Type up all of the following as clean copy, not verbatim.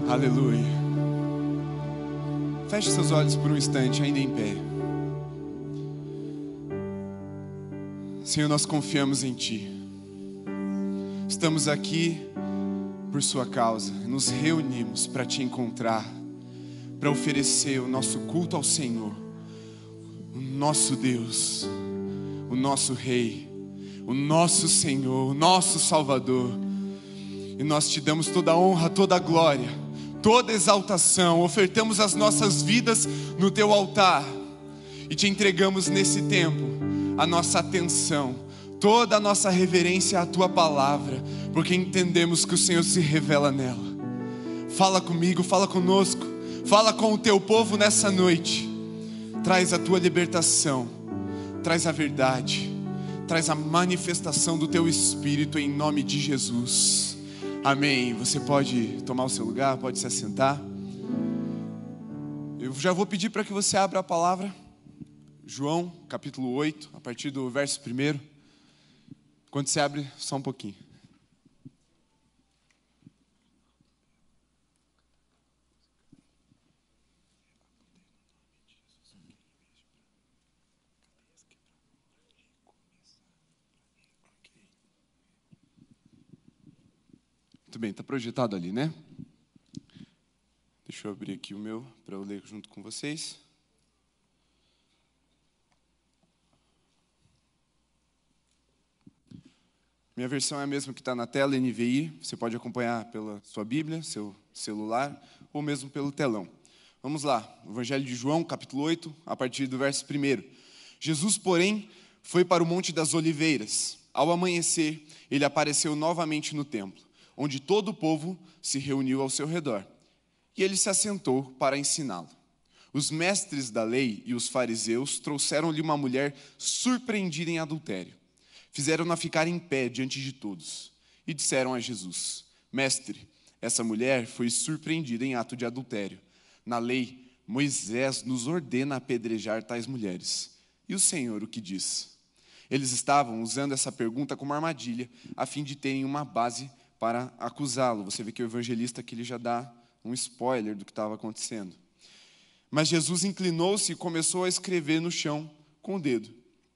Aleluia. Feche seus olhos por um instante, ainda em pé. Senhor, nós confiamos em Ti. Estamos aqui por Sua causa. Nos reunimos para Te encontrar, para oferecer o nosso culto ao Senhor, o nosso Deus, o nosso Rei, o nosso Senhor, o nosso Salvador. E nós Te damos toda a honra, toda a glória, toda a exaltação. Ofertamos as nossas vidas no Teu altar e Te entregamos nesse tempo a nossa atenção, toda a nossa reverência à Tua palavra, porque entendemos que o Senhor se revela nela. Fala comigo, fala conosco, fala com o Teu povo nessa noite. Traz a Tua libertação, traz a verdade, traz a manifestação do Teu Espírito em nome de Jesus. Amém. Você pode tomar o seu lugar, pode se assentar. Eu já vou pedir para que você abra a palavra, João capítulo 8, a partir do verso 1. Quando você abre, só um pouquinho. Muito bem, está projetado ali, né? Deixa eu abrir aqui o meu para eu ler junto com vocês. Minha versão é a mesma que está na tela, NVI. Você pode acompanhar pela sua Bíblia, seu celular, ou mesmo pelo telão. Vamos lá, Evangelho de João, capítulo 8, a partir do verso 1. Jesus, porém, foi para o Monte das Oliveiras. Ao amanhecer, ele apareceu novamente no templo, onde todo o povo se reuniu ao seu redor. E ele se assentou para ensiná-lo. Os mestres da lei e os fariseus trouxeram-lhe uma mulher surpreendida em adultério. Fizeram-na ficar em pé diante de todos. E disseram a Jesus: Mestre, essa mulher foi surpreendida em ato de adultério. Na lei, Moisés nos ordena apedrejar tais mulheres. E o Senhor o que diz? Eles estavam usando essa pergunta como armadilha, a fim de terem uma base para acusá-lo. Você vê que o evangelista aqui ele já dá um spoiler do que estava acontecendo. Mas Jesus inclinou-se e começou a escrever no chão com o dedo.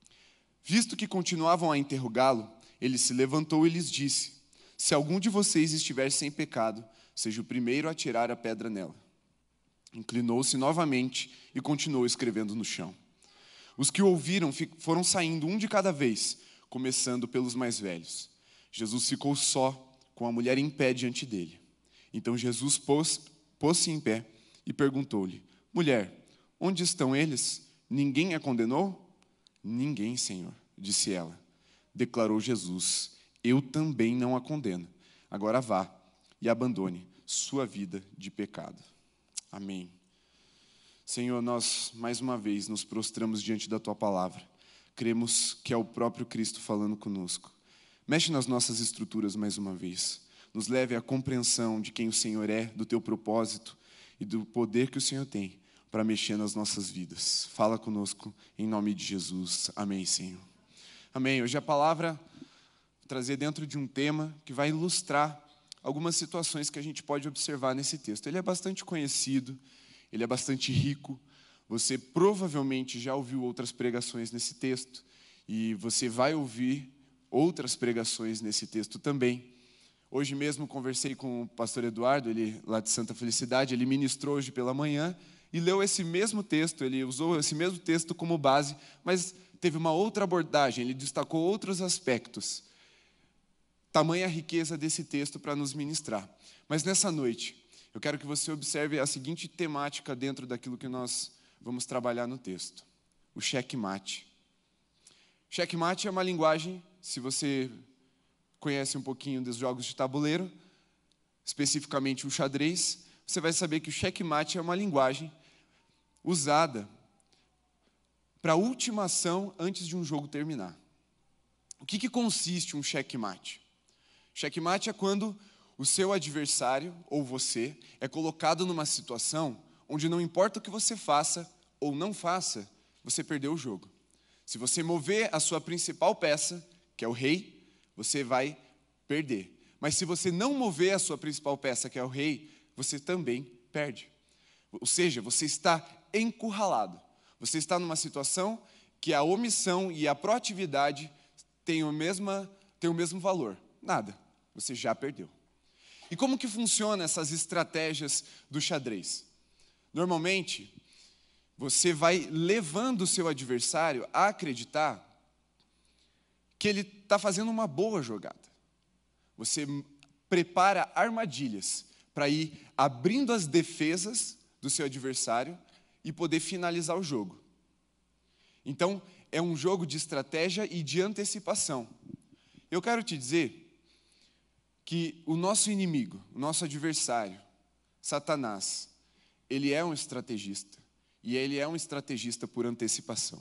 Visto que continuavam a interrogá-lo, ele se levantou e lhes disse: Se algum de vocês estiver sem pecado, seja o primeiro a tirar a pedra nela. Inclinou-se novamente e continuou escrevendo no chão. Os que o ouviram foram saindo um de cada vez, começando pelos mais velhos. Jesus ficou só, com a mulher em pé diante dele. Então Jesus pôs-se em pé e perguntou-lhe: Mulher, onde estão eles? Ninguém a condenou? Ninguém, Senhor, disse ela. Declarou Jesus: Eu também não a condeno. Agora vá e abandone sua vida de pecado. Amém. Senhor, nós mais uma vez nos prostramos diante da Tua palavra. Cremos que é o próprio Cristo falando conosco. Mexe nas nossas estruturas mais uma vez. Nos leve à compreensão de quem o Senhor é, do Teu propósito e do poder que o Senhor tem para mexer nas nossas vidas. Fala conosco em nome de Jesus. Amém, Senhor. Amém. Hoje a palavra vou trazer dentro de um tema que vai ilustrar algumas situações que a gente pode observar nesse texto. Ele é bastante conhecido, ele é bastante rico. Você provavelmente já ouviu outras pregações nesse texto e você vai ouvir outras pregações nesse texto também. Hoje mesmo conversei com o pastor Eduardo, ele lá de Santa Felicidade, ele ministrou hoje pela manhã e leu esse mesmo texto, ele usou esse mesmo texto como base, mas teve uma outra abordagem, ele destacou outros aspectos. Tamanha a riqueza desse texto para nos ministrar. Mas nessa noite, eu quero que você observe a seguinte temática dentro daquilo que nós vamos trabalhar no texto: o xeque-mate. Xeque-mate é uma linguagem, se você conhece um pouquinho dos jogos de tabuleiro, especificamente o xadrez, você vai saber que o xeque-mate é uma linguagem usada para a última ação antes de um jogo terminar. O que consiste um xeque-mate? Xeque-mate é quando o seu adversário, ou você, é colocado numa situação onde não importa o que você faça ou não faça, você perdeu o jogo. Se você mover a sua principal peça, que é o rei, você vai perder. Mas se você não mover a sua principal peça, que é o rei, você também perde. Ou seja, você está encurralado. Você está numa situação que a omissão e a proatividade têm o mesmo valor. Nada, você já perdeu. E como que funcionam essas estratégias do xadrez? Normalmente, você vai levando o seu adversário a acreditar que ele está fazendo uma boa jogada. Você prepara armadilhas para ir abrindo as defesas do seu adversário e poder finalizar o jogo. Então, é um jogo de estratégia e de antecipação. Eu quero te dizer que o nosso inimigo, o nosso adversário, Satanás, ele é um estrategista. E ele é um estrategista por antecipação.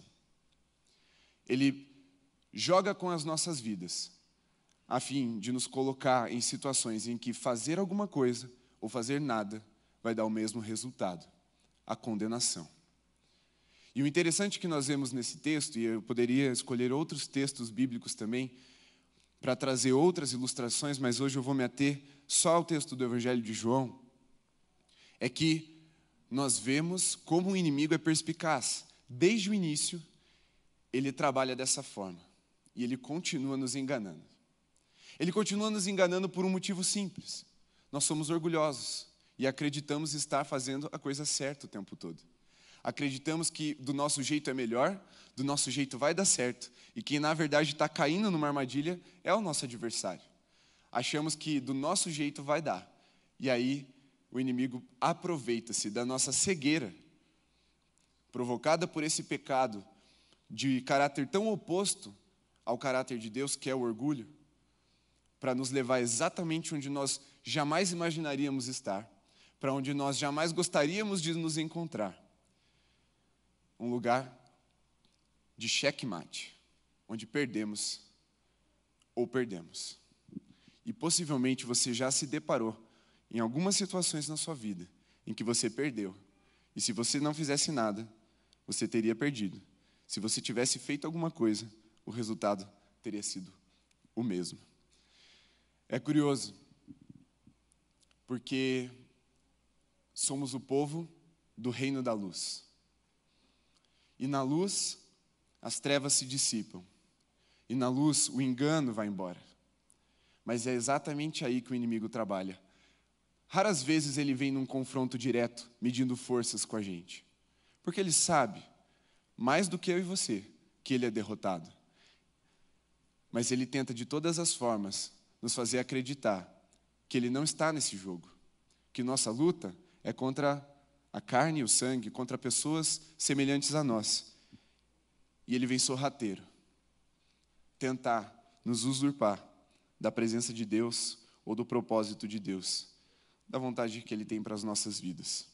Ele joga com as nossas vidas, a fim de nos colocar em situações em que fazer alguma coisa ou fazer nada vai dar o mesmo resultado, a condenação. E o interessante que nós vemos nesse texto, e eu poderia escolher outros textos bíblicos também, para trazer outras ilustrações, mas hoje eu vou me ater só ao texto do Evangelho de João, é que nós vemos como o inimigo é perspicaz. Desde o início, ele trabalha dessa forma. E ele continua nos enganando. Ele continua nos enganando por um motivo simples. Nós somos orgulhosos e acreditamos estar fazendo a coisa certa o tempo todo. Acreditamos que do nosso jeito é melhor, do nosso jeito vai dar certo. E quem na verdade está caindo numa armadilha é o nosso adversário. Achamos que do nosso jeito vai dar. E aí o inimigo aproveita-se da nossa cegueira, provocada por esse pecado de caráter tão oposto ao caráter de Deus, que é o orgulho, para nos levar exatamente onde nós jamais imaginaríamos estar, para onde nós jamais gostaríamos de nos encontrar. Um lugar de xeque-mate, onde perdemos ou perdemos. E possivelmente você já se deparou em algumas situações na sua vida em que você perdeu. E se você não fizesse nada, você teria perdido. Se você tivesse feito alguma coisa, o resultado teria sido o mesmo. É curioso, porque somos o povo do reino da luz. E na luz, as trevas se dissipam. E na luz, o engano vai embora. Mas é exatamente aí que o inimigo trabalha. Raras vezes ele vem num confronto direto, medindo forças com a gente. Porque ele sabe, mais do que eu e você, que ele é derrotado. Mas ele tenta de todas as formas nos fazer acreditar que ele não está nesse jogo. Que nossa luta é contra a carne e o sangue, contra pessoas semelhantes a nós. E ele vem sorrateiro, tentar nos usurpar da presença de Deus ou do propósito de Deus, da vontade que ele tem para as nossas vidas.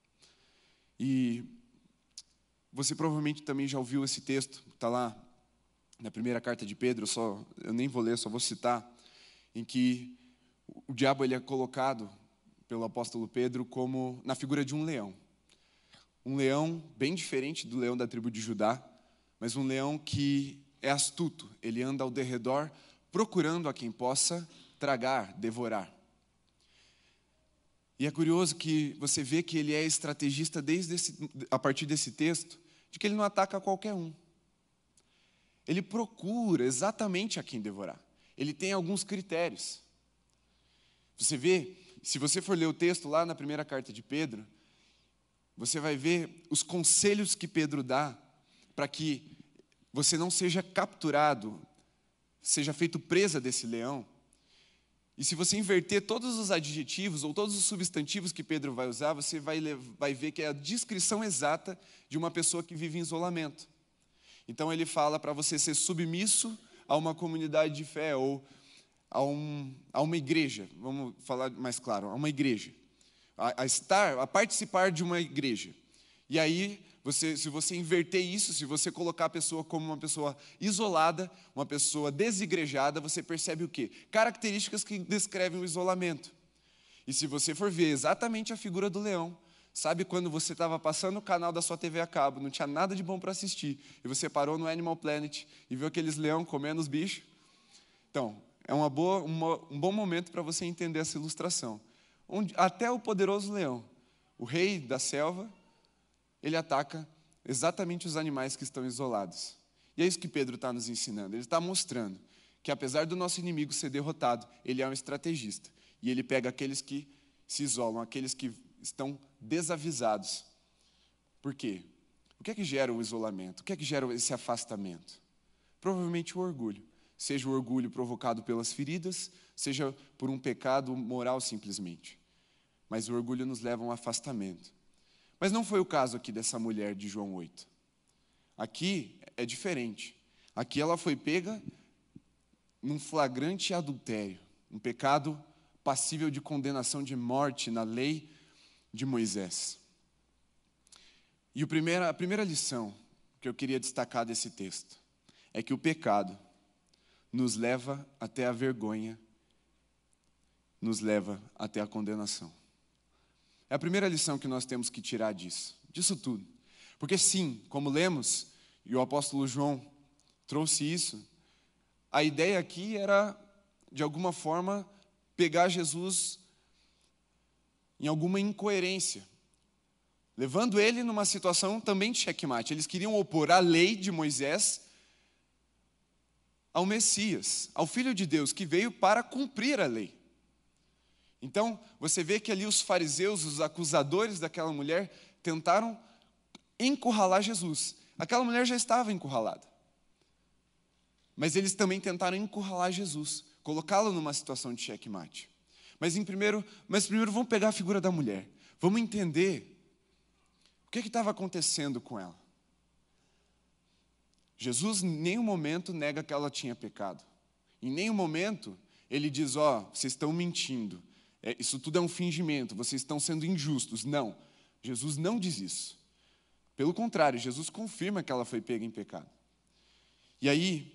E você provavelmente também já ouviu esse texto, está lá na primeira carta de Pedro, eu nem vou ler, só vou citar, em que o diabo ele é colocado pelo apóstolo Pedro como na figura de um leão. Um leão bem diferente do leão da tribo de Judá, mas um leão que é astuto, ele anda ao derredor procurando a quem possa tragar, devorar. E é curioso que você vê que ele é estrategista a partir desse texto, de que ele não ataca qualquer um. Ele procura exatamente a quem devorar. Ele tem alguns critérios. Você vê, se você for ler o texto lá na primeira carta de Pedro, você vai ver os conselhos que Pedro dá para que você não seja capturado, seja feito presa desse leão. E se você inverter todos os adjetivos ou todos os substantivos que Pedro vai usar, você vai ver que é a descrição exata de uma pessoa que vive em isolamento. Então ele fala para você ser submisso a uma comunidade de fé ou a uma igreja, vamos falar mais claro, a uma igreja, a participar de uma igreja. E aí, se você inverter isso, se você colocar a pessoa como uma pessoa isolada, uma pessoa desigrejada, você percebe o quê? Características que descrevem o isolamento. E se você for ver exatamente a figura do leão, sabe quando você estava passando o canal da sua TV a cabo, não tinha nada de bom para assistir, e você parou no Animal Planet e viu aqueles leões comendo os bichos? Então, é um bom momento para você entender essa ilustração. onde até o poderoso leão, o rei da selva, ele ataca exatamente os animais que estão isolados. E é isso que Pedro está nos ensinando. Ele está mostrando que apesar do nosso inimigo ser derrotado, ele é um estrategista. E ele pega aqueles que se isolam, aqueles que estão desavisados. Por quê? O que é que gera o isolamento? O que é que gera esse afastamento? Provavelmente o orgulho. Seja o orgulho provocado pelas feridas, seja por um pecado moral simplesmente. Mas o orgulho nos leva a um afastamento. Mas não foi o caso aqui dessa mulher de João 8. Aqui é diferente. Aqui ela foi pega num flagrante adultério, um pecado passível de condenação de morte na lei de Moisés. E a primeira lição que eu queria destacar desse texto é que o pecado nos leva até a vergonha, nos leva até a condenação. É a primeira lição que nós temos que tirar disso tudo. Porque sim, como lemos, e o apóstolo João trouxe isso, a ideia aqui era, de alguma forma, pegar Jesus em alguma incoerência, levando ele numa situação também de xeque-mate. Eles queriam opor a lei de Moisés ao Messias, ao Filho de Deus, que veio para cumprir a lei. Então, você vê que ali os fariseus, os acusadores daquela mulher, tentaram encurralar Jesus. Aquela mulher já estava encurralada. Mas eles também tentaram encurralar Jesus, colocá-lo numa situação de xeque-mate. Mas primeiro vamos pegar a figura da mulher. Vamos entender o que estava acontecendo com ela. Jesus em nenhum momento nega que ela tinha pecado. Em nenhum momento ele diz, vocês estão mentindo. Isso tudo é um fingimento, vocês estão sendo injustos. Não, Jesus não diz isso. Pelo contrário, Jesus confirma que ela foi pega em pecado. E aí,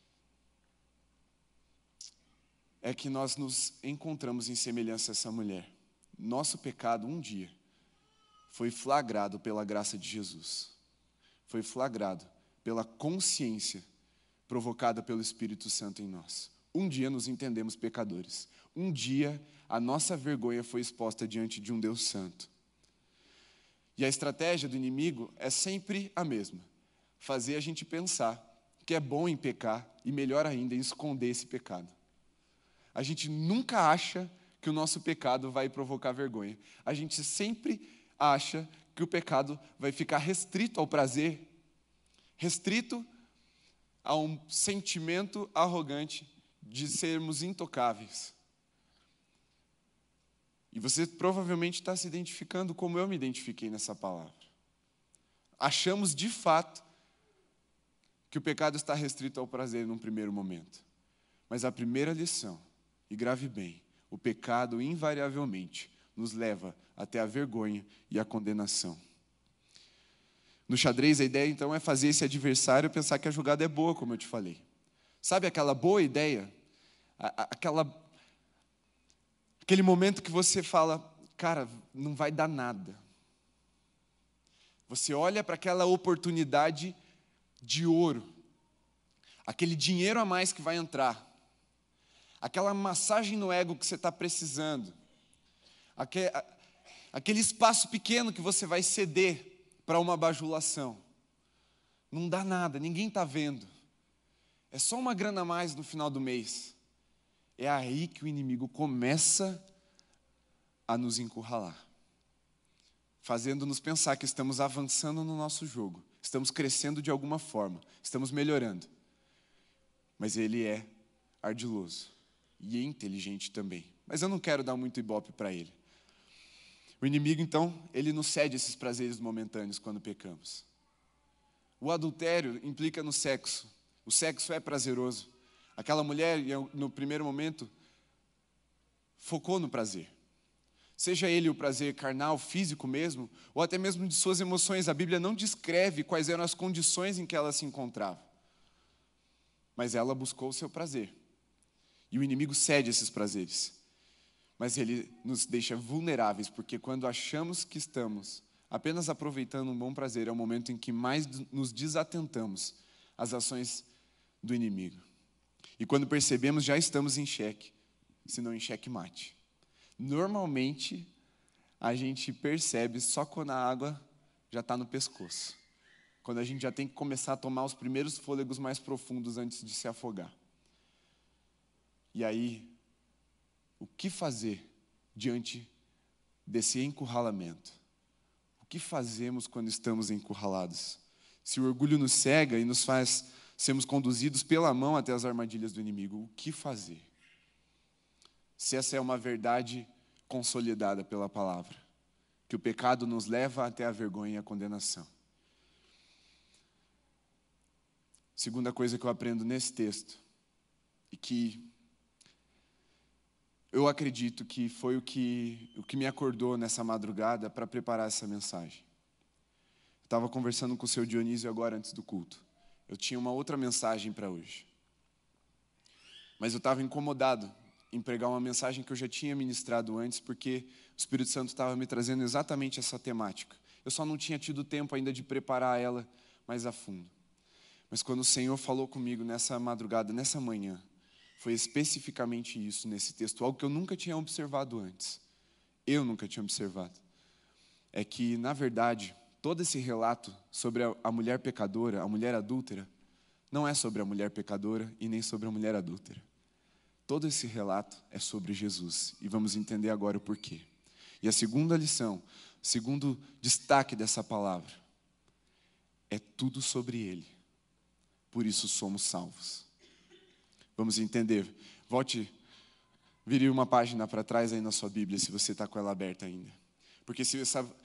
é que nós nos encontramos em semelhança a essa mulher. Nosso pecado, um dia, foi flagrado pela graça de Jesus. Foi flagrado pela consciência provocada pelo Espírito Santo em nós. Um dia nos entendemos pecadores. Um dia a nossa vergonha foi exposta diante de um Deus santo. E a estratégia do inimigo é sempre a mesma. Fazer a gente pensar que é bom em pecar e melhor ainda em esconder esse pecado. A gente nunca acha que o nosso pecado vai provocar vergonha. A gente sempre acha que o pecado vai ficar restrito ao prazer, restrito a um sentimento arrogante de sermos intocáveis. E você provavelmente está se identificando como eu me identifiquei nessa palavra. Achamos de fato que o pecado está restrito ao prazer num primeiro momento. Mas a primeira lição, e grave bem, o pecado invariavelmente nos leva até a vergonha e a condenação. No xadrez, a ideia então é fazer esse adversário pensar que a jogada é boa, como eu te falei. Sabe aquela boa ideia? Aquele momento que você fala, cara, não vai dar nada. Você olha para aquela oportunidade de ouro, aquele dinheiro a mais que vai entrar, aquela massagem no ego que você está precisando, aquele espaço pequeno que você vai ceder para uma bajulação. Não dá nada, ninguém está vendo. É só uma grana a mais no final do mês. É aí que o inimigo começa a nos encurralar, fazendo-nos pensar que estamos avançando no nosso jogo, estamos crescendo de alguma forma, estamos melhorando. Mas ele é ardiloso e é inteligente também. Mas eu não quero dar muito ibope para ele. O inimigo, então, ele nos cede esses prazeres momentâneos quando pecamos. O adultério implica no sexo. O sexo é prazeroso. Aquela mulher, no primeiro momento, focou no prazer. Seja ele o prazer carnal, físico mesmo, ou até mesmo de suas emoções. A Bíblia não descreve quais eram as condições em que ela se encontrava. Mas ela buscou o seu prazer. E o inimigo cede esses prazeres. Mas ele nos deixa vulneráveis, porque quando achamos que estamos apenas aproveitando um bom prazer, é o momento em que mais nos desatentamos às ações do inimigo. E quando percebemos, já estamos em xeque, se não em xeque-mate. Normalmente, a gente percebe só quando a água já está no pescoço. Quando a gente já tem que começar a tomar os primeiros fôlegos mais profundos antes de se afogar. E aí, o que fazer diante desse encurralamento? O que fazemos quando estamos encurralados? Se o orgulho nos cega e nos faz sermos conduzidos pela mão até as armadilhas do inimigo, o que fazer? Se essa é uma verdade consolidada pela palavra, que o pecado nos leva até a vergonha e a condenação. Segunda coisa que eu aprendo nesse texto, e que eu acredito que foi o que me acordou nessa madrugada para preparar essa mensagem. Eu estava conversando com o seu Dionísio agora antes do culto. Eu tinha uma outra mensagem para hoje. Mas eu estava incomodado em pregar uma mensagem que eu já tinha ministrado antes, porque o Espírito Santo estava me trazendo exatamente essa temática. Eu só não tinha tido tempo ainda de preparar ela mais a fundo. Mas quando o Senhor falou comigo nessa madrugada, nessa manhã, foi especificamente isso nesse texto, algo que eu nunca tinha observado antes. Eu nunca tinha observado. É que, na verdade, todo esse relato sobre a mulher pecadora, a mulher adúltera, não é sobre a mulher pecadora e nem sobre a mulher adúltera. Todo esse relato é sobre Jesus. E vamos entender agora o porquê. E a segunda lição, o segundo destaque dessa palavra, é tudo sobre Ele. Por isso somos salvos. Vamos entender. Vire uma página para trás aí na sua Bíblia, se você está com ela aberta ainda. Porque se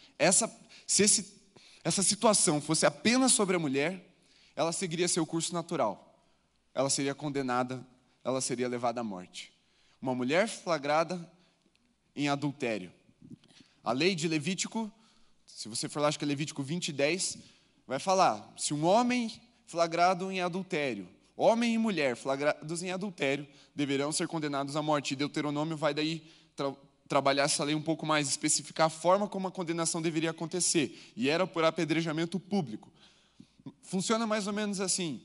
essa situação fosse apenas sobre a mulher, ela seguiria seu curso natural. Ela seria condenada, ela seria levada à morte. Uma mulher flagrada em adultério. A lei de Levítico, se você for lá, acho que é Levítico 20:10, vai falar, se um homem flagrado em adultério, homem e mulher flagrados em adultério, deverão ser condenados à morte. E Deuteronômio vai daí trabalhar essa lei um pouco mais, especificar a forma como a condenação deveria acontecer. E era por apedrejamento público. Funciona mais ou menos assim.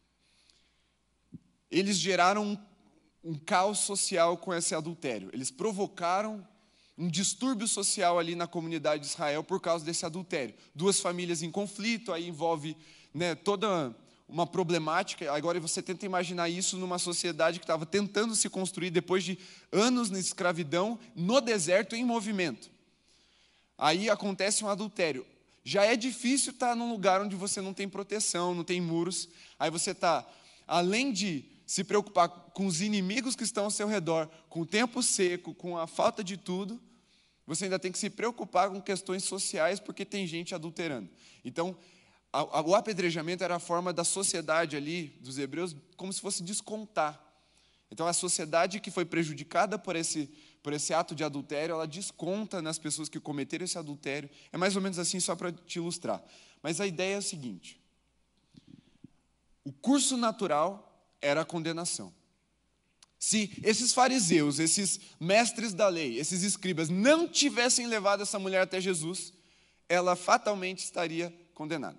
Eles geraram um caos social com esse adultério. Eles provocaram um distúrbio social ali na comunidade de Israel por causa desse adultério. Duas famílias em conflito, aí envolve toda uma problemática. Agora você tenta imaginar isso numa sociedade que estava tentando se construir depois de anos na escravidão, no deserto, em movimento. Aí acontece um adultério. Já é difícil estar num lugar onde você não tem proteção, não tem muros. Aí você está, além de se preocupar com os inimigos que estão ao seu redor, com o tempo seco, com a falta de tudo, você ainda tem que se preocupar com questões sociais, porque tem gente adulterando. Então, o apedrejamento era a forma da sociedade ali, dos hebreus, como se fosse descontar. Então, a sociedade que foi prejudicada por esse ato de adultério, ela desconta nas pessoas que cometeram esse adultério. É mais ou menos assim, só para te ilustrar. Mas a ideia é a seguinte: o curso natural era a condenação. Se esses fariseus, esses mestres da lei, esses escribas, não tivessem levado essa mulher até Jesus, ela fatalmente estaria condenada.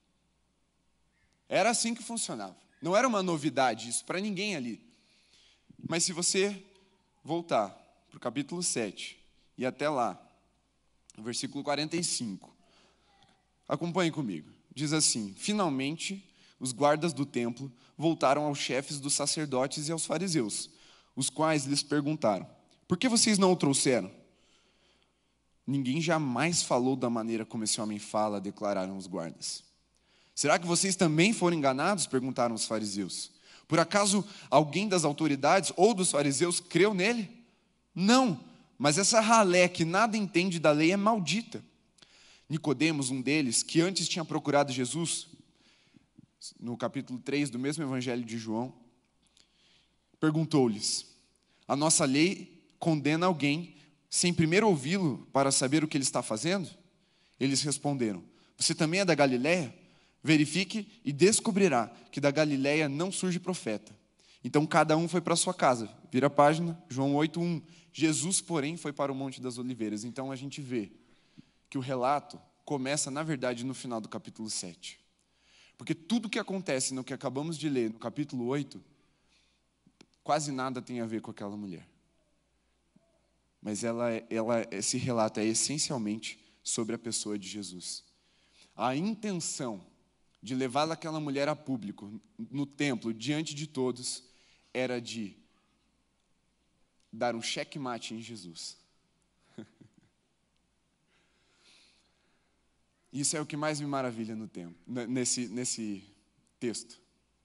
Era assim que funcionava. Não era uma novidade isso para ninguém ali. Mas se você voltar para o capítulo 7 e até lá, no versículo 45, acompanhe comigo. Diz assim: finalmente, os guardas do templo voltaram aos chefes dos sacerdotes e aos fariseus, os quais lhes perguntaram: por que vocês não o trouxeram? Ninguém jamais falou da maneira como esse homem fala, declararam os guardas. Será que vocês também foram enganados? Perguntaram os fariseus. Por acaso alguém das autoridades ou dos fariseus creu nele? Não, mas essa ralé que nada entende da lei é maldita. Nicodemos, um deles, que antes tinha procurado Jesus, no capítulo 3 do mesmo evangelho de João, perguntou-lhes: a nossa lei condena alguém sem primeiro ouvi-lo para saber o que ele está fazendo? Eles responderam: você também é da Galileia? Verifique e descobrirá que da Galileia não surge profeta. Então cada um foi para a sua casa. Vira a página, João 8:1. Jesus, porém, foi para o Monte das Oliveiras. Então a gente vê que o relato começa, na verdade, no final do capítulo 7. Porque tudo que acontece no que acabamos de ler, no capítulo 8, quase nada tem a ver com aquela mulher. mas esse relato é essencialmente sobre a pessoa de Jesus. A intenção de levar aquela mulher a público, no templo, diante de todos, era de dar um checkmate em Jesus. Isso é o que mais me maravilha nesse texto.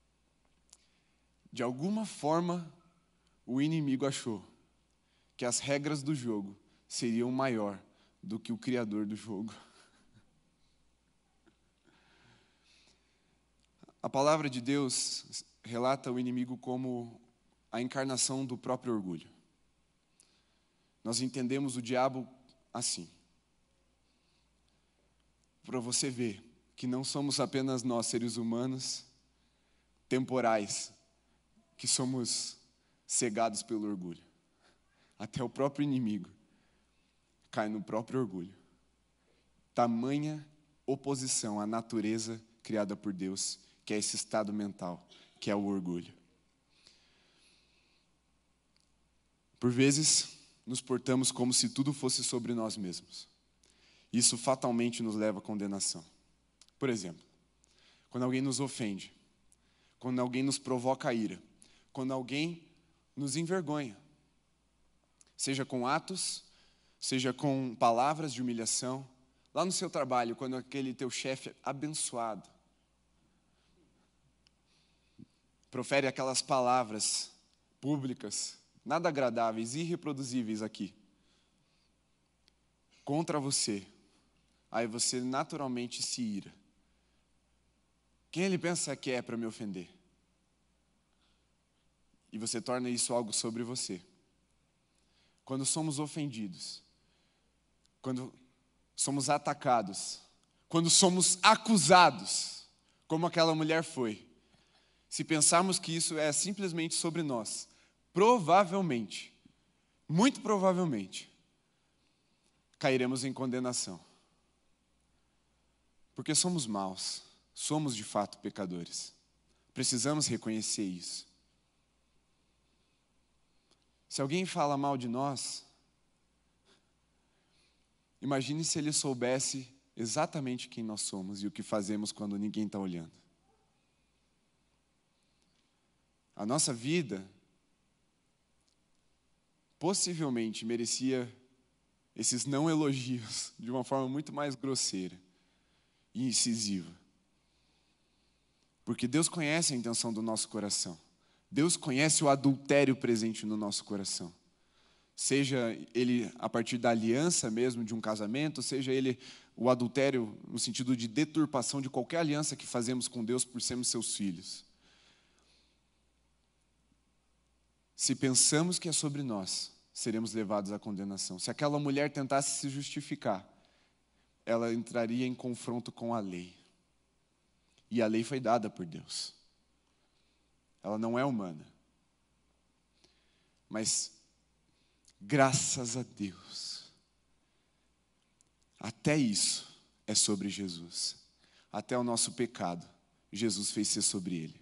De alguma forma, o inimigo achou que as regras do jogo seriam maior do que o criador do jogo. A palavra de Deus relata o inimigo como a encarnação do próprio orgulho. Nós entendemos o diabo assim. Para você ver que não somos apenas nós, seres humanos, temporais, que somos cegados pelo orgulho. Até o próprio inimigo cai no próprio orgulho. Tamanha oposição à natureza criada por Deus, que é esse estado mental, que é o orgulho. Por vezes, nos portamos como se tudo fosse sobre nós mesmos. Isso fatalmente nos leva à condenação. Por exemplo, quando alguém nos ofende, quando alguém nos provoca ira, quando alguém nos envergonha, seja com atos, seja com palavras de humilhação, lá no seu trabalho, quando aquele teu chefe abençoado profere aquelas palavras públicas, nada agradáveis, irreproduzíveis aqui, contra você, aí você naturalmente se ira. Quem ele pensa que é para me ofender? E você torna isso algo sobre você. Quando somos ofendidos, quando somos atacados, quando somos acusados, como aquela mulher foi, se pensarmos que isso é simplesmente sobre nós, provavelmente, muito provavelmente, cairemos em condenação. Porque somos maus, somos de fato pecadores. Precisamos reconhecer isso. Se alguém fala mal de nós, imagine se ele soubesse exatamente quem nós somos e o que fazemos quando ninguém está olhando. A nossa vida possivelmente merecia esses não elogios de uma forma muito mais grosseira e incisiva. Porque Deus conhece a intenção do nosso coração. Deus conhece o adultério presente no nosso coração. Seja ele a partir da aliança mesmo, de um casamento, seja ele o adultério no sentido de deturpação de qualquer aliança que fazemos com Deus por sermos seus filhos. Se pensamos que é sobre nós, seremos levados à condenação. Se aquela mulher tentasse se justificar, ela entraria em confronto com a lei. E a lei foi dada por Deus. Ela não é humana. Mas, graças a Deus, até isso é sobre Jesus. Até o nosso pecado, Jesus fez ser sobre ele.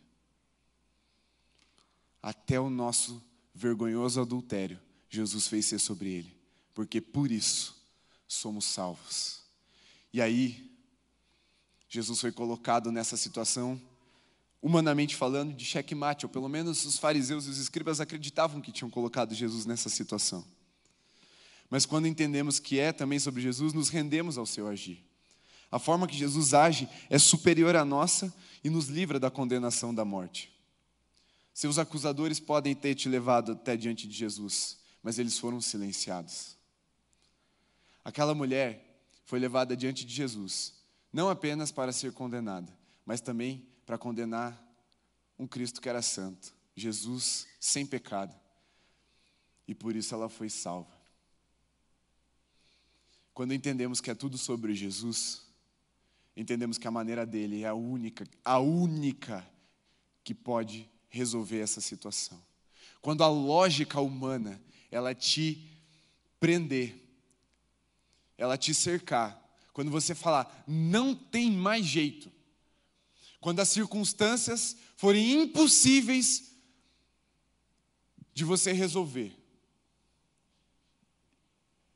Até o nosso vergonhoso adultério, Jesus fez ser sobre ele. Porque por isso somos salvos. E aí, Jesus foi colocado nessa situação, humanamente falando, de checkmate, ou pelo menos os fariseus e os escribas acreditavam que tinham colocado Jesus nessa situação. Mas quando entendemos que é também sobre Jesus, nos rendemos ao seu agir. A forma que Jesus age é superior à nossa e nos livra da condenação da morte. Seus acusadores podem ter te levado até diante de Jesus, mas eles foram silenciados. Aquela mulher foi levada diante de Jesus, não apenas para ser condenada, mas também para condenar um Cristo que era santo, Jesus sem pecado. E por isso ela foi salva. Quando entendemos que é tudo sobre Jesus, entendemos que a maneira dele é a única que pode resolver essa situação. Quando a lógica humana, ela te prender, ela te cercar, quando você falar, não tem mais jeito, quando as circunstâncias forem impossíveis de você resolver,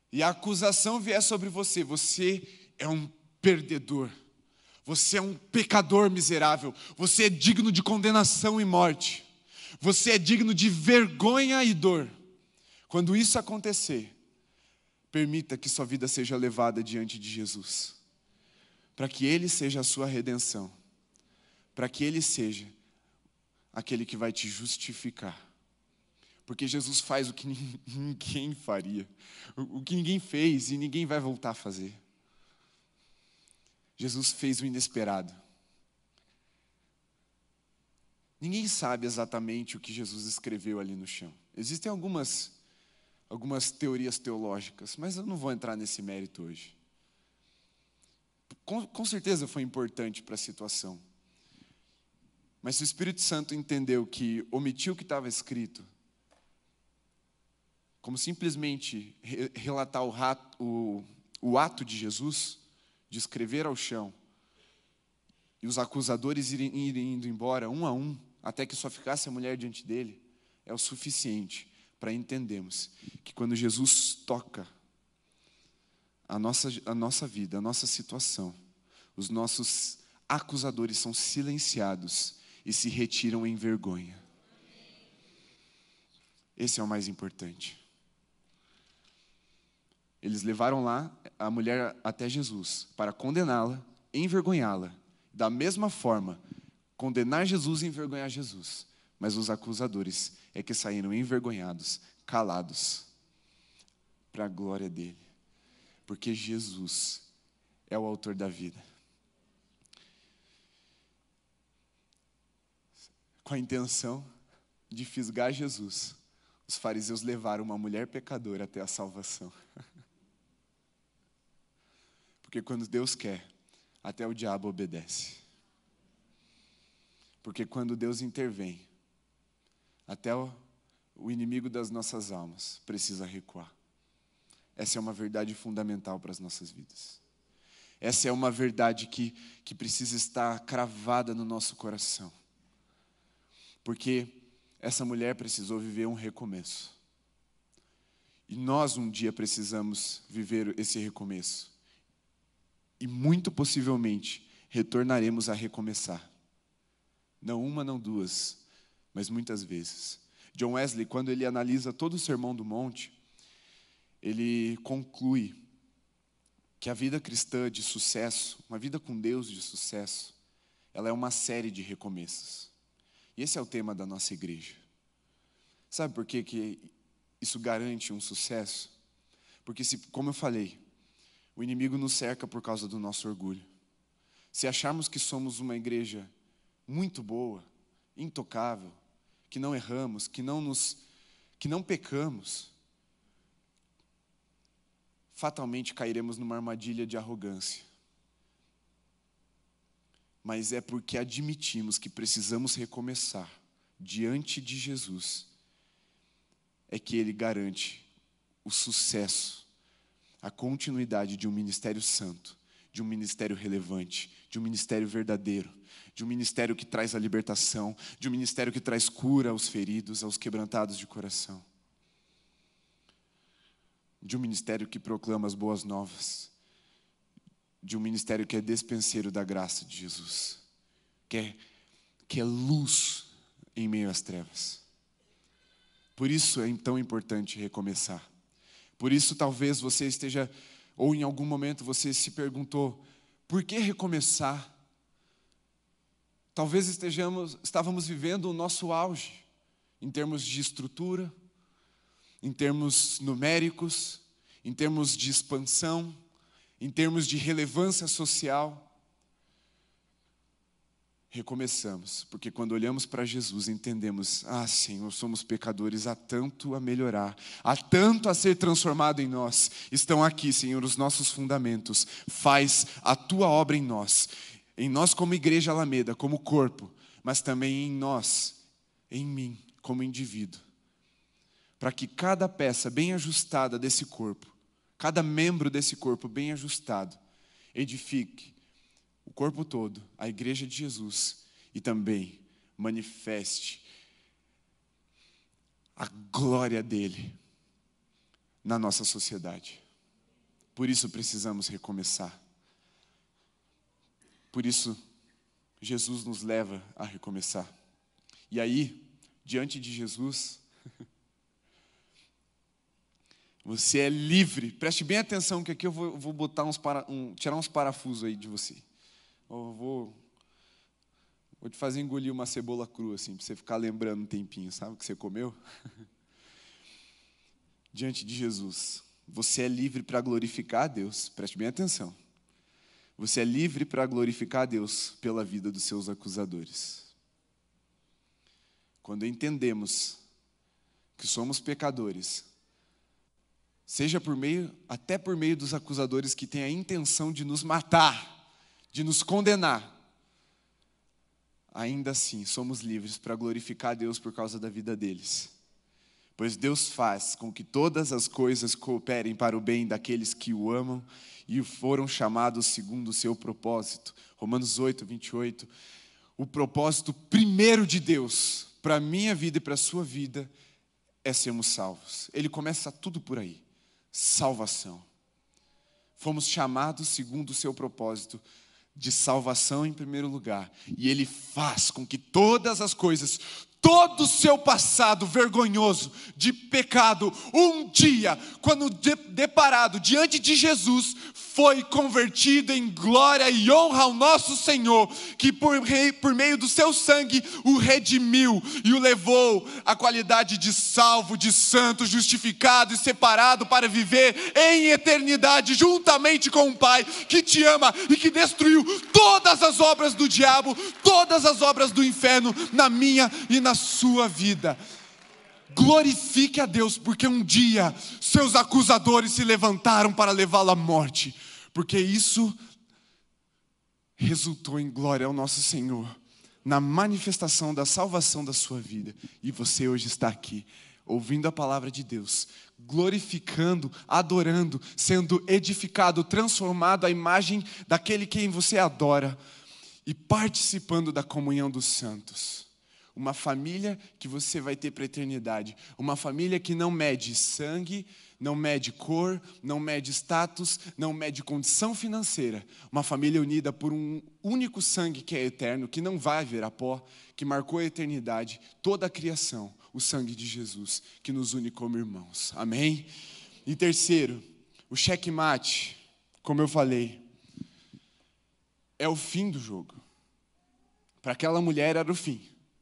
e a acusação vier sobre você, você é um perdedor, você é um pecador miserável, você é digno de condenação e morte, você é digno de vergonha e dor. Quando isso acontecer, permita que sua vida seja levada diante de Jesus, para que Ele seja a sua redenção, para que Ele seja aquele que vai te justificar. Porque Jesus faz o que ninguém faria, o que ninguém fez e ninguém vai voltar a fazer. Jesus fez o inesperado. Ninguém sabe exatamente o que Jesus escreveu ali no chão. Existem algumas teorias teológicas, mas eu não vou entrar nesse mérito hoje. Com certeza foi importante para a situação. Mas se o Espírito Santo entendeu que omitiu o que estava escrito, como simplesmente relatar o ato de Jesus, de escrever ao chão, e os acusadores irem indo embora, um a um, até que só ficasse a mulher diante dele, é o suficiente para entendermos que quando Jesus toca a nossa vida, a nossa situação, os nossos acusadores são silenciados e se retiram em vergonha. Esse é o mais importante. Eles levaram lá a mulher até Jesus para condená-la, envergonhá-la. Da mesma forma, condenar Jesus e envergonhar Jesus. Mas os acusadores é que saíram envergonhados, calados, para a glória dele. Porque Jesus é o autor da vida. Com a intenção de fisgar Jesus, os fariseus levaram uma mulher pecadora até a salvação. Porque quando Deus quer, até o diabo obedece. Porque quando Deus intervém, até o inimigo das nossas almas precisa recuar. Essa é uma verdade fundamental para as nossas vidas. Essa é uma verdade que precisa estar cravada no nosso coração. Porque essa mulher precisou viver um recomeço. E nós um dia precisamos viver esse recomeço. E muito possivelmente retornaremos a recomeçar. Não uma, não duas, mas muitas vezes. John Wesley, quando ele analisa todo o Sermão do Monte, ele conclui que a vida cristã de sucesso, uma vida com Deus de sucesso, ela é uma série de recomeços. E esse é o tema da nossa igreja. Sabe por que isso garante um sucesso? Porque, como eu falei, o inimigo nos cerca por causa do nosso orgulho. Se acharmos que somos uma igreja muito boa, intocável, que não erramos, que não pecamos, fatalmente cairemos numa armadilha de arrogância. Mas é porque admitimos que precisamos recomeçar diante de Jesus, é que Ele garante o sucesso, a continuidade de um ministério santo, de um ministério relevante, de um ministério verdadeiro, de um ministério que traz a libertação, de um ministério que traz cura aos feridos, aos quebrantados de coração, de um ministério que proclama as boas novas, de um ministério que é despenseiro da graça de Jesus, que é luz em meio às trevas. Por isso é tão importante recomeçar. Por isso talvez você esteja, ou em algum momento você se perguntou, por que recomeçar? Talvez estávamos vivendo o nosso auge, em termos de estrutura, em termos numéricos, em termos de expansão, em termos de relevância social. Recomeçamos, porque quando olhamos para Jesus entendemos, Senhor, somos pecadores, há tanto a melhorar, há tanto a ser transformado em nós. Estão aqui, Senhor, os nossos fundamentos. Faz a Tua obra em nós como Igreja Alameda, como corpo, mas também em nós, em mim, como indivíduo. Para que cada peça bem ajustada desse corpo, cada membro desse corpo bem ajustado, edifique o corpo todo, a igreja de Jesus, e também manifeste a glória dele na nossa sociedade. Por isso precisamos recomeçar. Por isso, Jesus nos leva a recomeçar. E aí, diante de Jesus, você é livre. Preste bem atenção que aqui eu vou botar tirar uns parafusos aí de você. Eu vou te fazer engolir uma cebola crua, assim, para você ficar lembrando um tempinho, sabe, o que você comeu? Diante de Jesus, você é livre para glorificar a Deus. Preste bem atenção. Você é livre para glorificar a Deus pela vida dos seus acusadores. Quando entendemos que somos pecadores, seja até por meio dos acusadores que têm a intenção de nos matar, de nos condenar, ainda assim somos livres para glorificar a Deus por causa da vida deles. Pois Deus faz com que todas as coisas cooperem para o bem daqueles que o amam e foram chamados segundo o seu propósito. Romanos 8, 28. O propósito primeiro de Deus para a minha vida e para a sua vida é sermos salvos. Ele começa tudo por aí. Salvação. Fomos chamados segundo o seu propósito de salvação em primeiro lugar. E Ele faz com que todas as coisas, todo o seu passado vergonhoso de pecado, um dia, quando deparado diante de Jesus, foi convertido em glória e honra ao nosso Senhor, que por meio do seu sangue o redimiu e o levou à qualidade de salvo, de santo, justificado e separado para viver em eternidade juntamente com o Pai que te ama e que destruiu todas as obras do diabo, todas as obras do inferno na minha e na sua vida. Glorifique a Deus, porque um dia seus acusadores se levantaram para levá-lo à morte, porque isso resultou em glória ao nosso Senhor, na manifestação da salvação da sua vida. E você hoje está aqui, ouvindo a palavra de Deus, glorificando, adorando, sendo edificado, transformado à imagem daquele quem você adora e participando da comunhão dos santos. Uma família que você vai ter para a eternidade. Uma família que não mede sangue, não mede cor, não mede status, não mede condição financeira. Uma família unida por um único sangue que é eterno, que não vai virar pó, que marcou a eternidade, toda a criação, o sangue de Jesus, que nos une como irmãos. Amém? E terceiro, o checkmate, como eu falei, é o fim do jogo. Para aquela mulher era o fim.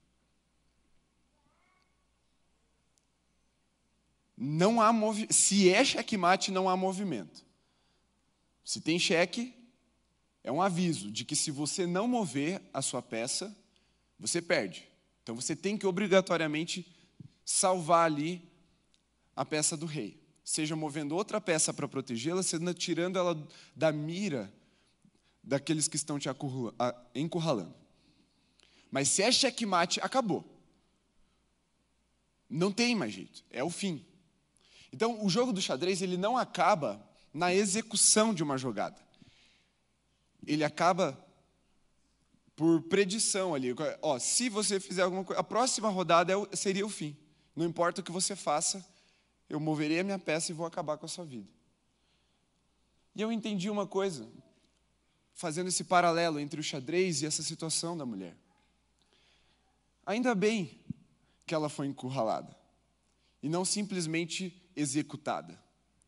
Não há se é checkmate, não há movimento. Se tem cheque, é um aviso de que se você não mover a sua peça, você perde. Então você tem que obrigatoriamente salvar ali a peça do rei. Seja movendo outra peça para protegê-la, seja tirando ela da mira daqueles que estão te encurralando. Mas se é checkmate, acabou. Não tem mais jeito, é o fim. Então, o jogo do xadrez, ele não acaba na execução de uma jogada. Ele acaba por predição ali. Se você fizer alguma coisa, a próxima rodada seria o fim. Não importa o que você faça, eu moverei a minha peça e vou acabar com a sua vida. E eu entendi uma coisa, fazendo esse paralelo entre o xadrez e essa situação da mulher. Ainda bem que ela foi encurralada e não simplesmente executada.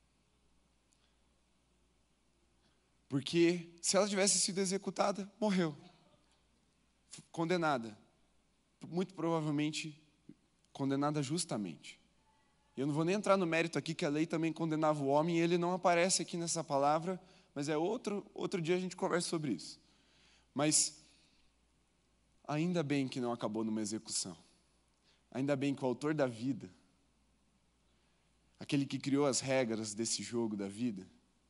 Porque se ela tivesse sido executada, morreu. Condenada. Muito provavelmente condenada justamente. Eu não vou nem entrar no mérito aqui que a lei também condenava o homem e ele não aparece aqui nessa palavra, mas é outro dia a gente conversa sobre isso. Mas ainda bem que não acabou numa execução. Ainda bem que o autor da vida, aquele que criou as regras desse jogo da vida,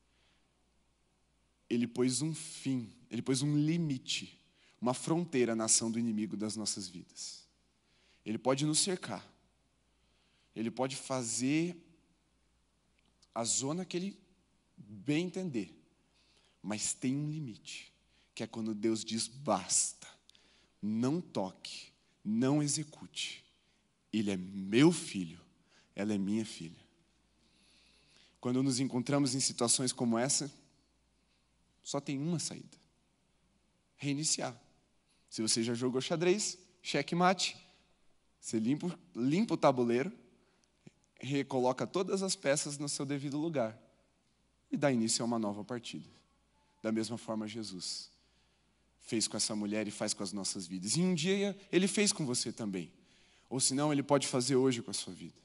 ele pôs um fim, ele pôs um limite, uma fronteira na ação do inimigo das nossas vidas. Ele pode nos cercar, ele pode fazer a zona que ele bem entender, mas tem um limite, que é quando Deus diz basta, não toque, não execute. Ele é meu filho, ela é minha filha. Quando nos encontramos em situações como essa, só tem uma saída: reiniciar. Se você já jogou xadrez, checkmate, você limpa o tabuleiro, recoloca todas as peças no seu devido lugar e dá início a uma nova partida. Da mesma forma, Jesus fez com essa mulher e faz com as nossas vidas. E um dia Ele fez com você também. Ou senão, Ele pode fazer hoje com a sua vida.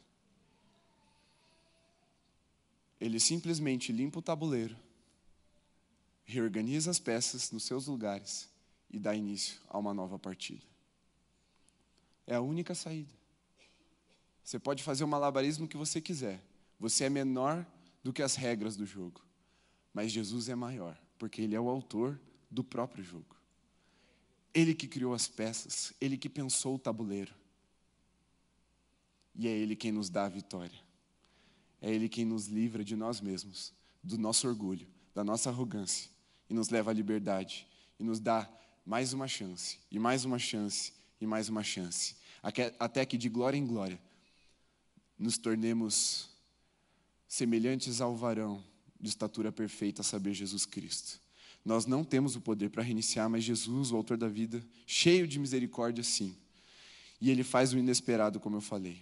Ele simplesmente limpa o tabuleiro, reorganiza as peças nos seus lugares e dá início a uma nova partida. É a única saída. Você pode fazer o malabarismo que você quiser. Você é menor do que as regras do jogo. Mas Jesus é maior, porque Ele é o autor do próprio jogo. Ele que criou as peças, Ele que pensou o tabuleiro. E é Ele quem nos dá a vitória. É Ele quem nos livra de nós mesmos, do nosso orgulho, da nossa arrogância, e nos leva à liberdade, e nos dá mais uma chance, e mais uma chance, e mais uma chance, até que de glória em glória nos tornemos semelhantes ao varão de estatura perfeita, a saber, Jesus Cristo. Nós não temos o poder para reiniciar, mas Jesus, o autor da vida, cheio de misericórdia, sim. E Ele faz o inesperado, como eu falei.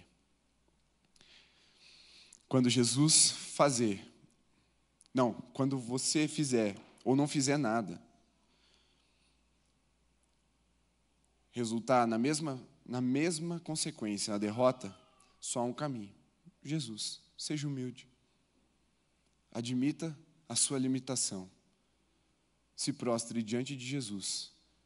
Quando quando você fizer ou não fizer nada, resultar na mesma consequência, a derrota, só há um caminho: Jesus. Seja humilde. Admita a sua limitação. Se prostre diante de Jesus.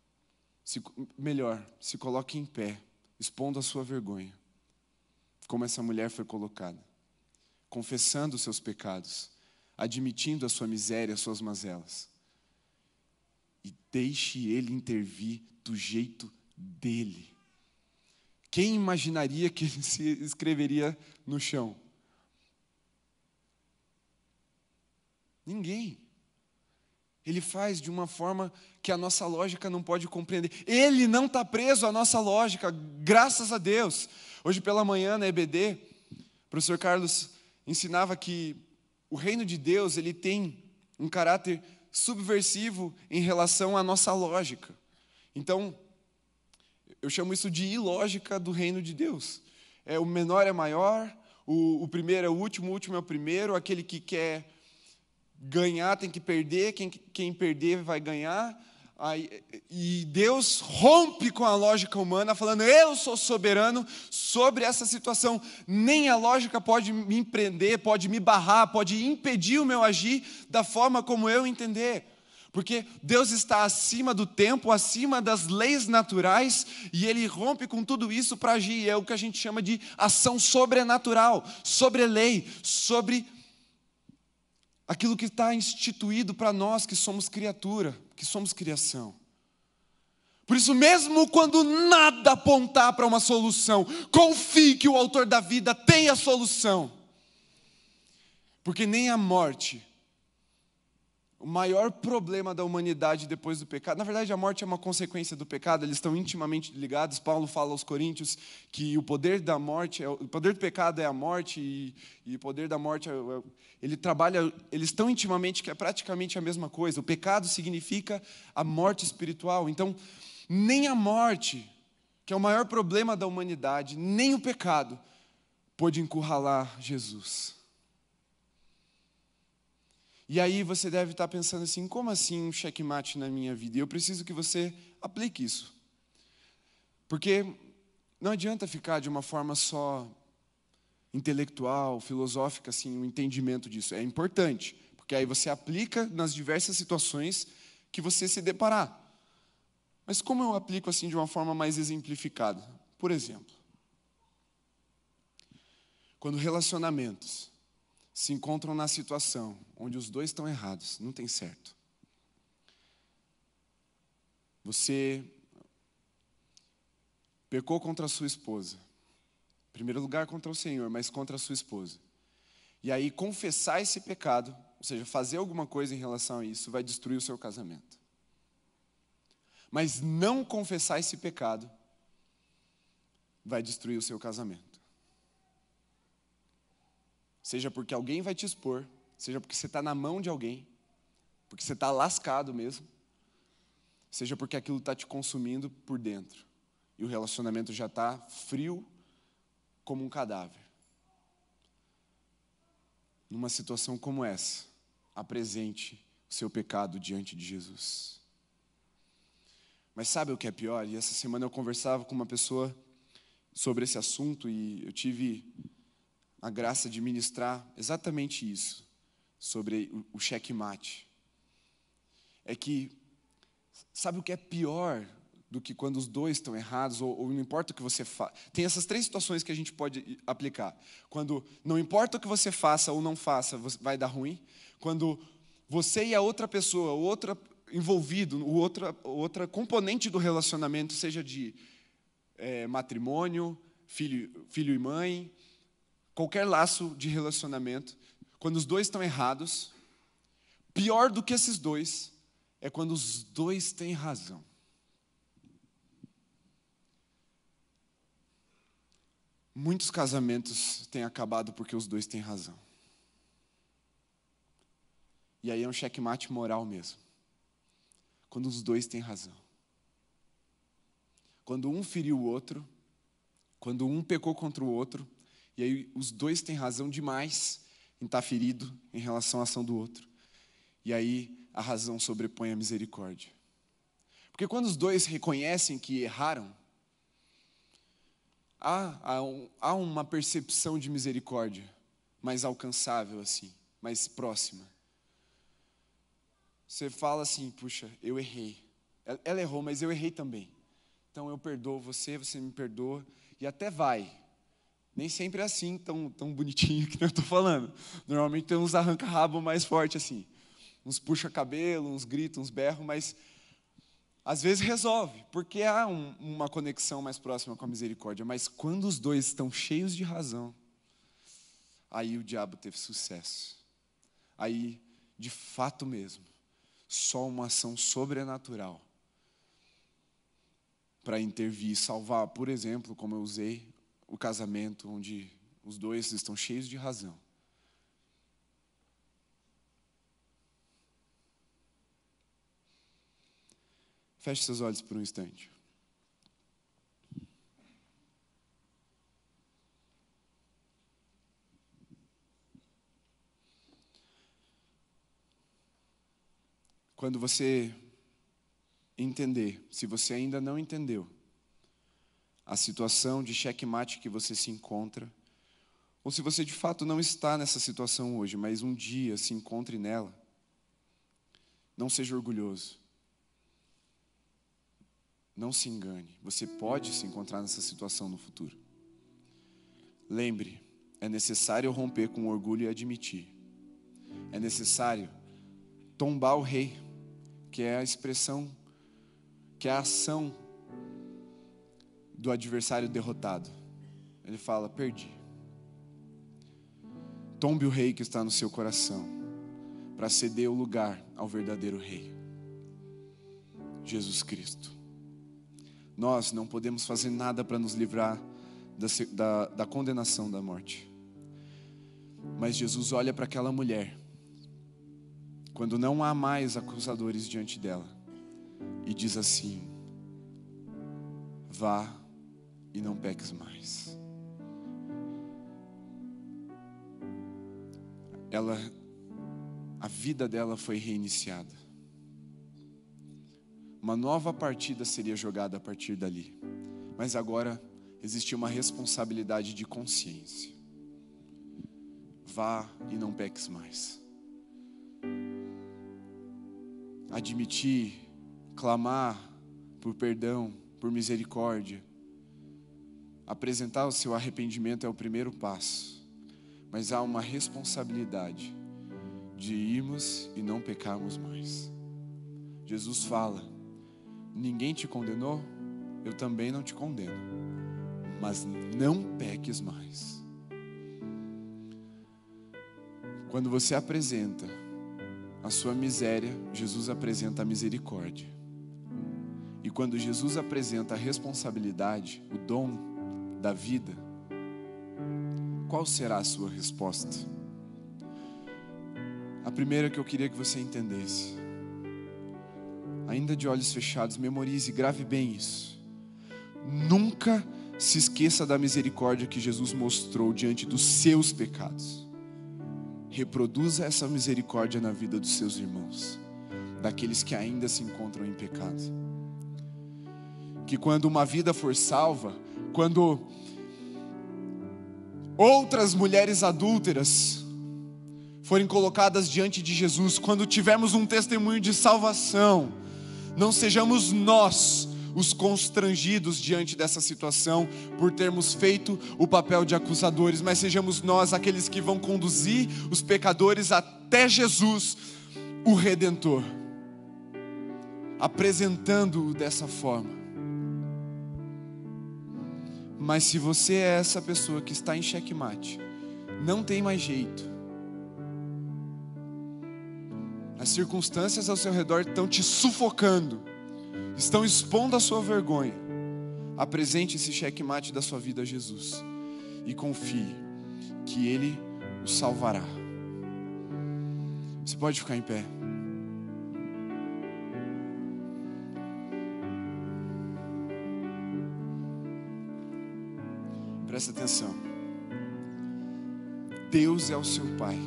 Se coloque em pé, expondo a sua vergonha, como essa mulher foi colocada, confessando os seus pecados, admitindo a sua miséria, as suas mazelas. E deixe Ele intervir do jeito dele. Quem imaginaria que Ele se escreveria no chão? Ninguém. Ele faz de uma forma que a nossa lógica não pode compreender. Ele não está preso à nossa lógica, graças a Deus. Hoje pela manhã, na EBD, o professor Carlos ensinava que o reino de Deus, ele tem um caráter subversivo em relação à nossa lógica. Então, eu chamo isso de ilógica do reino de Deus. O menor é maior, o primeiro é o último é o primeiro, aquele que quer ganhar tem que perder, quem perder vai ganhar. E Deus rompe com a lógica humana, falando: eu sou soberano sobre essa situação. Nem a lógica pode me prender, pode me barrar, pode impedir o meu agir da forma como eu entender. Porque Deus está acima do tempo, acima das leis naturais, e Ele rompe com tudo isso para agir. É o que a gente chama de ação sobrenatural, sobre lei, sobre aquilo que está instituído para nós que somos criatura, que somos criação. Por isso, mesmo quando nada apontar para uma solução, confie que o autor da vida tem a solução. Porque nem a morte, o maior problema da humanidade depois do pecado, na verdade a morte é uma consequência do pecado, eles estão intimamente ligados. Paulo fala aos Coríntios que o poder do pecado é a morte, e o poder da morte, eles estão intimamente, que é praticamente a mesma coisa. O pecado significa a morte espiritual. Então, nem a morte, que é o maior problema da humanidade, nem o pecado pôde encurralar Jesus. E aí você deve estar pensando assim: como assim um checkmate na minha vida? E eu preciso que você aplique isso. Porque não adianta ficar de uma forma só intelectual, filosófica, assim, o entendimento disso. É importante, porque aí você aplica nas diversas situações que você se deparar. Mas como eu aplico assim de uma forma mais exemplificada? Por exemplo, quando relacionamentos se encontram na situação onde os dois estão errados, não tem certo. Você pecou contra a sua esposa. Em primeiro lugar contra o Senhor, mas contra a sua esposa. E aí confessar esse pecado, ou seja, fazer alguma coisa em relação a isso, vai destruir o seu casamento. Mas não confessar esse pecado vai destruir o seu casamento. Seja porque alguém vai te expor, seja porque você está na mão de alguém, porque você está lascado mesmo, seja porque aquilo está te consumindo por dentro e o relacionamento já está frio como um cadáver. Numa situação como essa, apresente o seu pecado diante de Jesus. Mas sabe o que é pior? E essa semana eu conversava com uma pessoa sobre esse assunto e eu tive a graça de ministrar exatamente isso, sobre o checkmate. É que, sabe o que é pior do que quando os dois estão errados, ou não importa o que você faça? Tem essas 3 situações que a gente pode aplicar. Quando não importa o que você faça ou não faça, vai dar ruim. Quando você e a outra pessoa, o outro envolvido, outra componente do relacionamento, seja de matrimônio, filho e mãe, qualquer laço de relacionamento, quando os dois estão errados, pior do que esses dois é quando os dois têm razão. Muitos casamentos têm acabado porque os dois têm razão. E aí é um checkmate moral mesmo. Quando os dois têm razão. Quando um feriu o outro, quando um pecou contra o outro, e aí os dois têm razão demais em estar ferido em relação à ação do outro. E aí a razão sobrepõe a misericórdia. Porque quando os dois reconhecem que erraram, há uma percepção de misericórdia mais alcançável, assim, mais próxima. Você fala assim, puxa, eu errei. Ela errou, mas eu errei também. Então eu perdoo você, você me perdoa, e até vai. Nem sempre é assim, tão bonitinho que eu estou falando. Normalmente tem uns arranca-rabo mais forte assim. Uns puxa-cabelo, uns gritos, uns berros, mas às vezes resolve, porque há uma conexão mais próxima com a misericórdia. Mas quando os dois estão cheios de razão, aí o diabo teve sucesso. Aí, de fato mesmo, só uma ação sobrenatural para intervir e salvar, por exemplo, como eu usei, o casamento onde os dois estão cheios de razão. Feche seus olhos por um instante. Quando você entender, se você ainda não entendeu, a situação de checkmate que você se encontra, ou se você de fato não está nessa situação hoje, mas um dia se encontre nela, não seja orgulhoso. Não se engane, você pode se encontrar nessa situação no futuro. Lembre, é necessário romper com o orgulho e admitir. É necessário tombar o rei, que é a expressão, que é a ação do adversário derrotado. Ele fala, perdi. Tombe o rei que está no seu coração, para ceder o lugar ao verdadeiro rei, Jesus Cristo. Nós não podemos fazer nada para nos livrar da condenação da morte. Mas Jesus olha para aquela mulher, quando não há mais acusadores diante dela, e diz assim, vá e não peques mais. A vida dela foi reiniciada. Uma nova partida seria jogada a partir dali. Mas agora existia uma responsabilidade de consciência. Vá e não peques mais. Admitir, clamar por perdão, por misericórdia. Apresentar o seu arrependimento é o primeiro passo. Mas há uma responsabilidade de irmos e não pecarmos mais. Jesus fala, ninguém te condenou, eu também não te condeno, mas não peques mais. Quando você apresenta a sua miséria, Jesus apresenta a misericórdia. E quando Jesus apresenta a responsabilidade, o dom da vida, qual será a sua resposta? A primeira que eu queria que você entendesse, ainda de olhos fechados, memorize, grave bem isso. Nunca se esqueça da misericórdia que Jesus mostrou diante dos seus pecados. Reproduza essa misericórdia na vida dos seus irmãos, daqueles que ainda se encontram em pecado. Que quando uma vida for salva, quando outras mulheres adúlteras forem colocadas diante de Jesus, quando tivermos um testemunho de salvação, não sejamos nós os constrangidos diante dessa situação por termos feito o papel de acusadores, mas sejamos nós aqueles que vão conduzir os pecadores até Jesus, o Redentor, apresentando-o dessa forma. Mas se você é essa pessoa que está em xeque-mate, não tem mais jeito, as circunstâncias ao seu redor estão te sufocando, estão expondo a sua vergonha, apresente esse xeque-mate da sua vida a Jesus e confie que Ele o salvará. Você pode ficar em pé. Presta atenção. Deus é o seu Pai.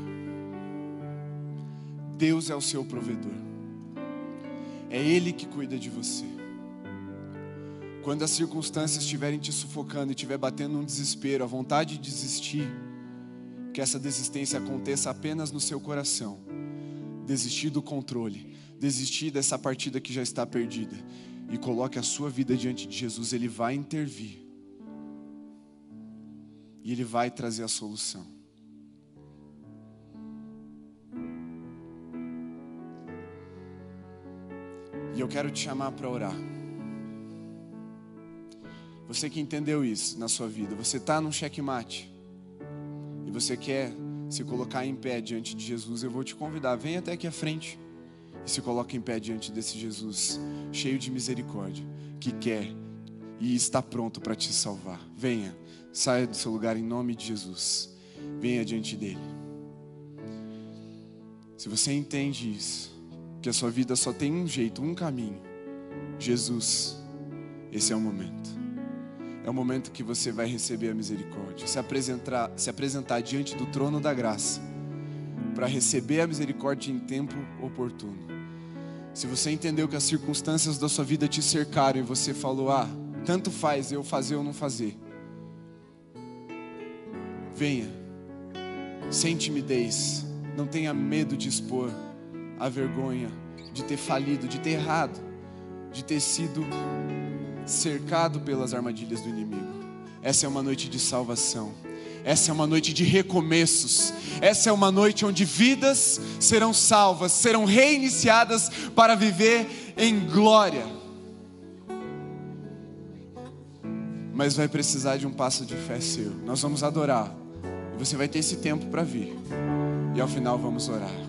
Deus é o seu provedor. É Ele que cuida de você. Quando as circunstâncias estiverem te sufocando e estiver batendo um desespero, a vontade de desistir, que essa desistência aconteça apenas no seu coração. Desistir do controle, desistir dessa partida que já está perdida, e coloque a sua vida diante de Jesus. Ele vai intervir e Ele vai trazer a solução. E eu quero te chamar para orar. Você que entendeu isso na sua vida, você está num xeque-mate e você quer se colocar em pé diante de Jesus, eu vou te convidar, vem até aqui à frente e se coloque em pé diante desse Jesus cheio de misericórdia, que quer e está pronto para te salvar. Venha, saia do seu lugar em nome de Jesus, venha diante dele. Se você entende isso, que a sua vida só tem um jeito, um caminho, Jesus, esse é o momento. É o momento que você vai receber a misericórdia, se apresentar diante do trono da graça, para receber a misericórdia em tempo oportuno. Se você entendeu que as circunstâncias da sua vida te cercaram e você falou, tanto faz eu fazer ou não fazer, venha, sem timidez, não tenha medo de expor a vergonha de ter falido, de ter errado, de ter sido cercado pelas armadilhas do inimigo. Essa é uma noite de salvação. Essa é uma noite de recomeços. Essa é uma noite onde vidas serão salvas, serão reiniciadas para viver em glória. Mas vai precisar de um passo de fé seu. Nós vamos adorar. E você vai ter esse tempo para vir. E ao final vamos orar.